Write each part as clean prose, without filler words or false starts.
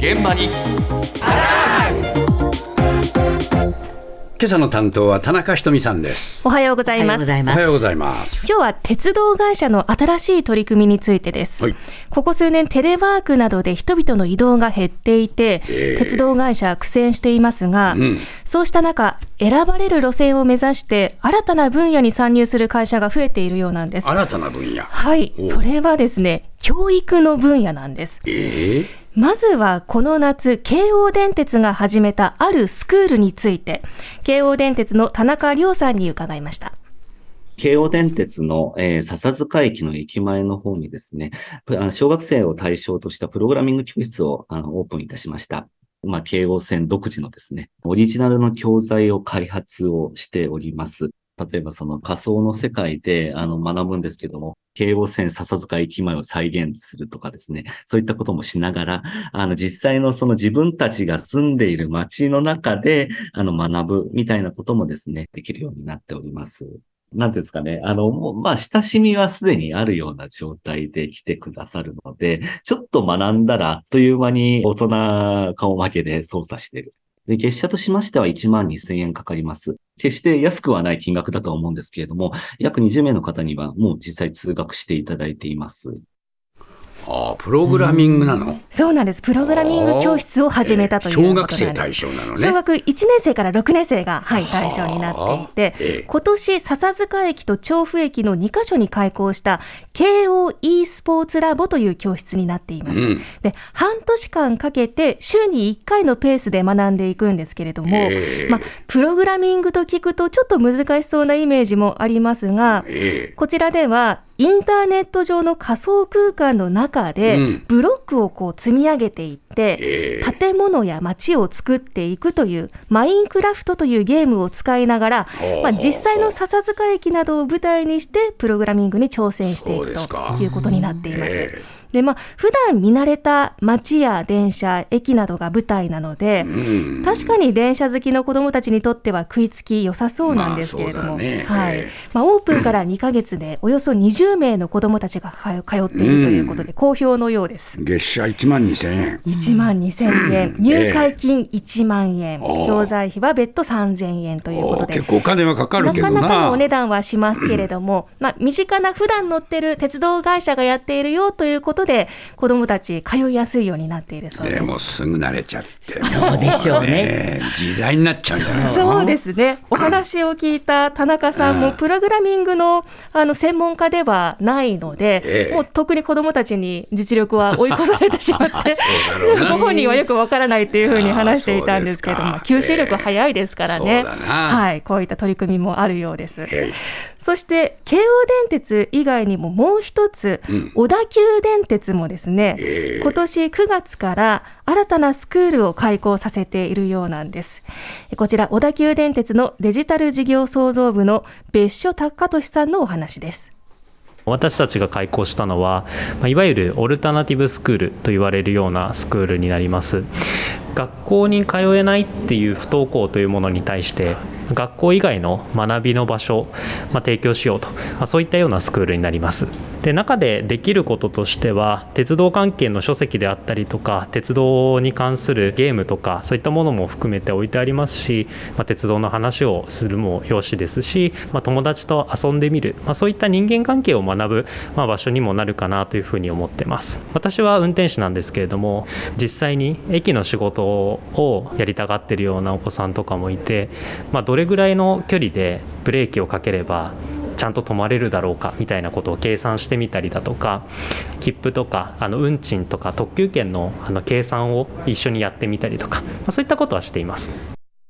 現場に今朝の担当は田中ひとみさんです。 おはようございます。 おはようございます。 今日は鉄道会社の新しい取り組みについてです、ここ数年テレワークなどで人々の移動が減っていて、鉄道会社は苦戦していますが、そうした中選ばれる路線を目指して新たな分野に参入する会社が増えているようなんです。 新たな分野、 はい、それはですね、教育の分野なんです。まずはこの夏、京王電鉄が始めたあるスクールについて、京王電鉄の田中亮さんに伺いました。 京王電鉄の、笹塚駅の駅前の方にですね、小学生を対象としたプログラミング教室をオープンいたしました。京王線独自のですね、オリジナルの教材を開発をしております。例えばその仮想の世界で学ぶんですけども、京王線笹塚駅前を再現するとかですね、そういったこともしながら、実際のその自分たちが住んでいる街の中で学ぶみたいなこともですね、できるようになっております。なんていうんですかね、親しみはすでにあるような状態で来てくださるので、ちょっと学んだら、あっという間に大人顔負けで操作している。で、月謝としましては12,000円かかります。決して安くはない金額だとは思うんですけれども、約20名の方にはもう実際通学していただいています。 プログラミングなの？ そうなんです。プログラミング教室を始めたということなんです。 小学生対象なのね。 小学1年生から6年生が、対象になっていて、今年笹塚駅と調布駅の2カ所に開校した京王 e スポーツラボという教室になっています。で、半年間かけて週に1回のペースで学んでいくんですけれども、プログラミングと聞くとちょっと難しそうなイメージもありますが、こちらではインターネット上の仮想空間の中でブロックを積み上げていって、建物や街を作っていくというマインクラフトというゲームを使いながら、実際の笹塚駅などを舞台にしてプログラミングに挑戦していくということになっています。で、普段見慣れた街や電車、駅などが舞台なので、確かに電車好きの子どもたちにとっては食いつき良さそうなんですけれども、オープンから2ヶ月でおよそ20名の子どもたちが通っているということで好評のようです。 月謝12,000円。 12,000円、入会金1万円、教材費は別途3,000円ということで、 結構お金はかかるけどな。 なかなかのお値段はしますけれども、身近な普段乗ってる鉄道会社がやっているよということで、子どもたち通いやすいようになっているそうです。 でもすぐ慣れちゃって、 そうでしょうね。 自在になっちゃうんだよ。 そうですね。お話を聞いた田中さんもプログラミングの専門家ではないので、もう特に子どもたちに実力は追い越されてしまってご本人はよくわからないというふうに話していたんですけども、吸収力早いですからね。こういった取り組みもあるようです。そして京王電鉄以外にももう一つ、小田急電鉄もですね、今年9月から新たなスクールを開校させているようなんです。こちら小田急電鉄のデジタル事業創造部の別所貴俊さんのお話です。 私たちが開校したのは、いわゆるオルタナティブスクールと言われるようなスクールになります。学校に通えないっていう不登校というものに対して学校以外の学びの場所を提供しようと、そういったようなスクールになります。で、中でできることとしては、鉄道関係の書籍であったりとか、鉄道に関するゲームとかそういったものも含めて置いてありますし、鉄道の話をするもよしですし、友達と遊んでみる、そういった人間関係を学ぶ、場所にもなるかなというふうに思ってます。私は運転手なんですけれども、実際に駅の仕事をやりたがっているようなお子さんとかもいて、どれぐらいの距離でブレーキをかければちゃんと止まれるだろうかみたいなことを計算してみたりだとか、切符とか運賃とか特急券の計算を一緒にやってみたりとか、そういったことはしています。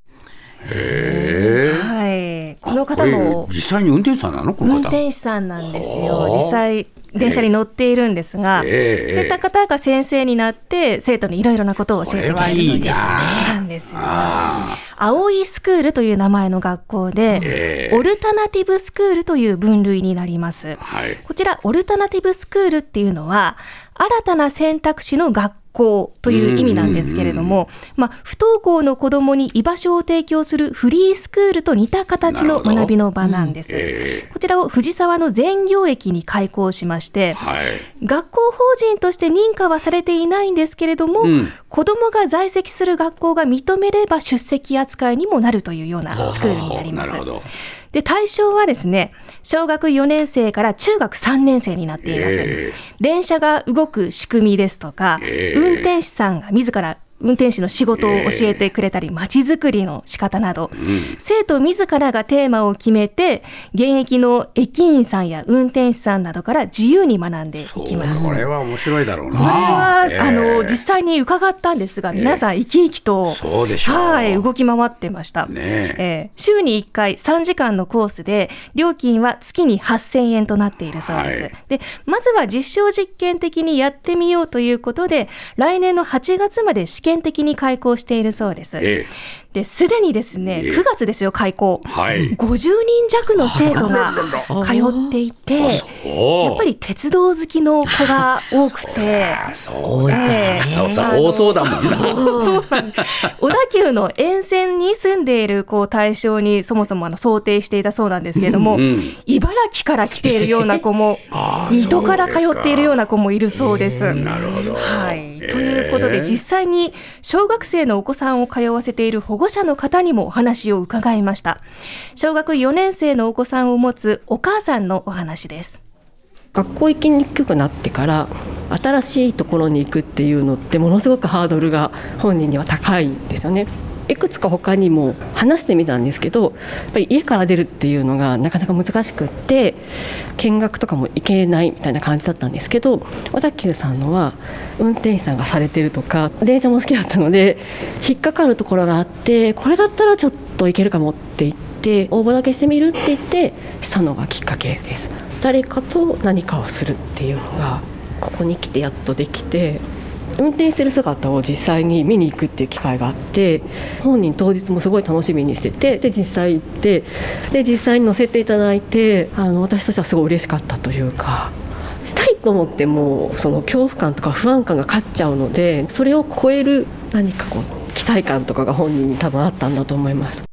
この方も実際に運転手さんなの？この方。 運転手さんなんですよ。実際電車に乗っているんですが、そういった方が先生になって生徒にいろいろなことを教えてくれるのなんですよ。青いスクールという名前の学校で、オルタナティブスクールという分類になります。こちらオルタナティブスクールっていうのは新たな選択肢の学校という意味なんですけれども、不登校の子どもに居場所を提供するフリースクールと似た形の学びの場なんです。こちらを藤沢の全行駅に開校しまして、学校法人として認可はされていないんですけれども、子どもが在籍する学校が認めれば出席扱いにもなるというようなスクールになります。で、対象はですね、小学4年生から中学3年生になっています。電車が動く仕組みですとか、運転士さんが自ら運転士の仕事を教えてくれたり、街づくりの仕方など、生徒自らがテーマを決めて、現役の駅員さんや運転士さんなどから自由に学んでいきます。 これは面白いだろうな。 これは、実際に伺ったんですが、皆さん生き生きと、 そうでしょう。 動き回ってました。週に1回3時間のコースで、料金は月に8000円となっているそうです。で、まずは実証実験的にやってみようということで、来年の8月まで試験的に開校しているそうです。で、すでにですね、9月ですよ、開校。50人弱の生徒が通っていて、やっぱり鉄道好きの子が多くて、 多そうだもんな。 小田急の沿線に住んでいる子を対象にそもそも想定していたそうなんですけれども、茨城から来ているような子も、水戸から通っているような子もいるそうです。 なるほど。 ということで、実際に小学生のお子さんを通わせている保護者の方にもお話を伺いました。小学4年生のお子さんを持つお母さんのお話です。 学校行きにくくなってから新しいところに行くっていうのってものすごくハードルが本人には高いんですよね。いくつか他にも話してみたんですけど、やっぱり家から出るっていうのがなかなか難しくって、見学とかも行けないみたいな感じだったんですけど、小田急さんのは運転手さんがされてるとか、電車も好きだったので引っかかるところがあって、これだったらちょっと行けるかもって言って応募だけしてみるって言ってしたのがきっかけです。誰かと何かをするっていうのがここに来てやっとできて、運転してる姿を実際に見に行くっていう機会があって、本人当日もすごい楽しみにしてて、で実際行って、で実際に乗せていただいて、私としてはすごい嬉しかったというか、したいと思ってもその恐怖感とか不安感が勝っちゃうので、それを超える何か期待感とかが本人に多分あったんだと思います。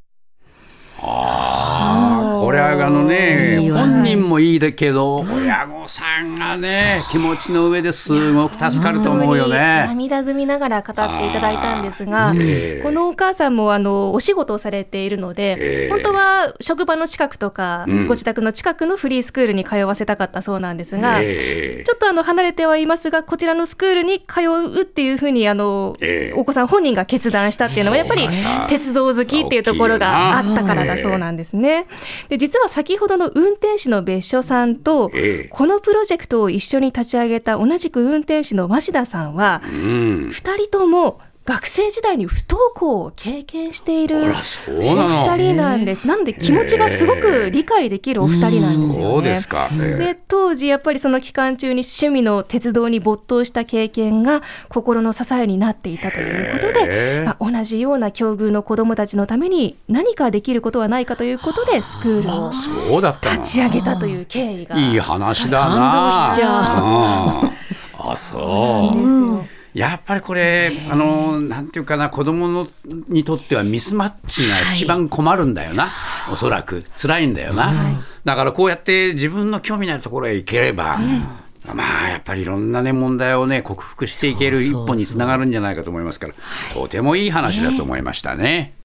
これは本人もいいけど親御さんがね、気持ちの上ですごく助かると思うよね。 涙ぐみながら語っていただいたんですが、このお母さんもお仕事をされているので、本当は職場の近くとか、ご自宅の近くのフリースクールに通わせたかったそうなんですが、ちょっと離れてはいますが、こちらのスクールに通うっていうふうにお子さん本人が決断したっていうのは、やっぱり鉄道好きっていうところがあったからだそうなんですね。で、実は先ほどの運転士の別所さんと、このプロジェクトを一緒に立ち上げた同じく運転士の鷲田さんは、2人とも学生時代に不登校を経験しているお二人なんです。なので気持ちがすごく理解できるお二人なんですよね。 そうですか。 で、当時やっぱりその期間中に趣味の鉄道に没頭した経験が心の支えになっていたということで、同じような境遇の子どもたちのために何かできることはないかということでスクールを立ち上げたという経緯が。 いい話だな。 感動しちゃう。そうなんですよ。やっぱりこれなんていうかな、子供にとってはミスマッチが一番困るんだよな、おそらく辛いんだよな、だからこうやって自分の興味のあるところへ行ければ、やっぱりいろんな問題を克服していける一歩につながるんじゃないかと思いますから、とてもいい話だと思いましたね。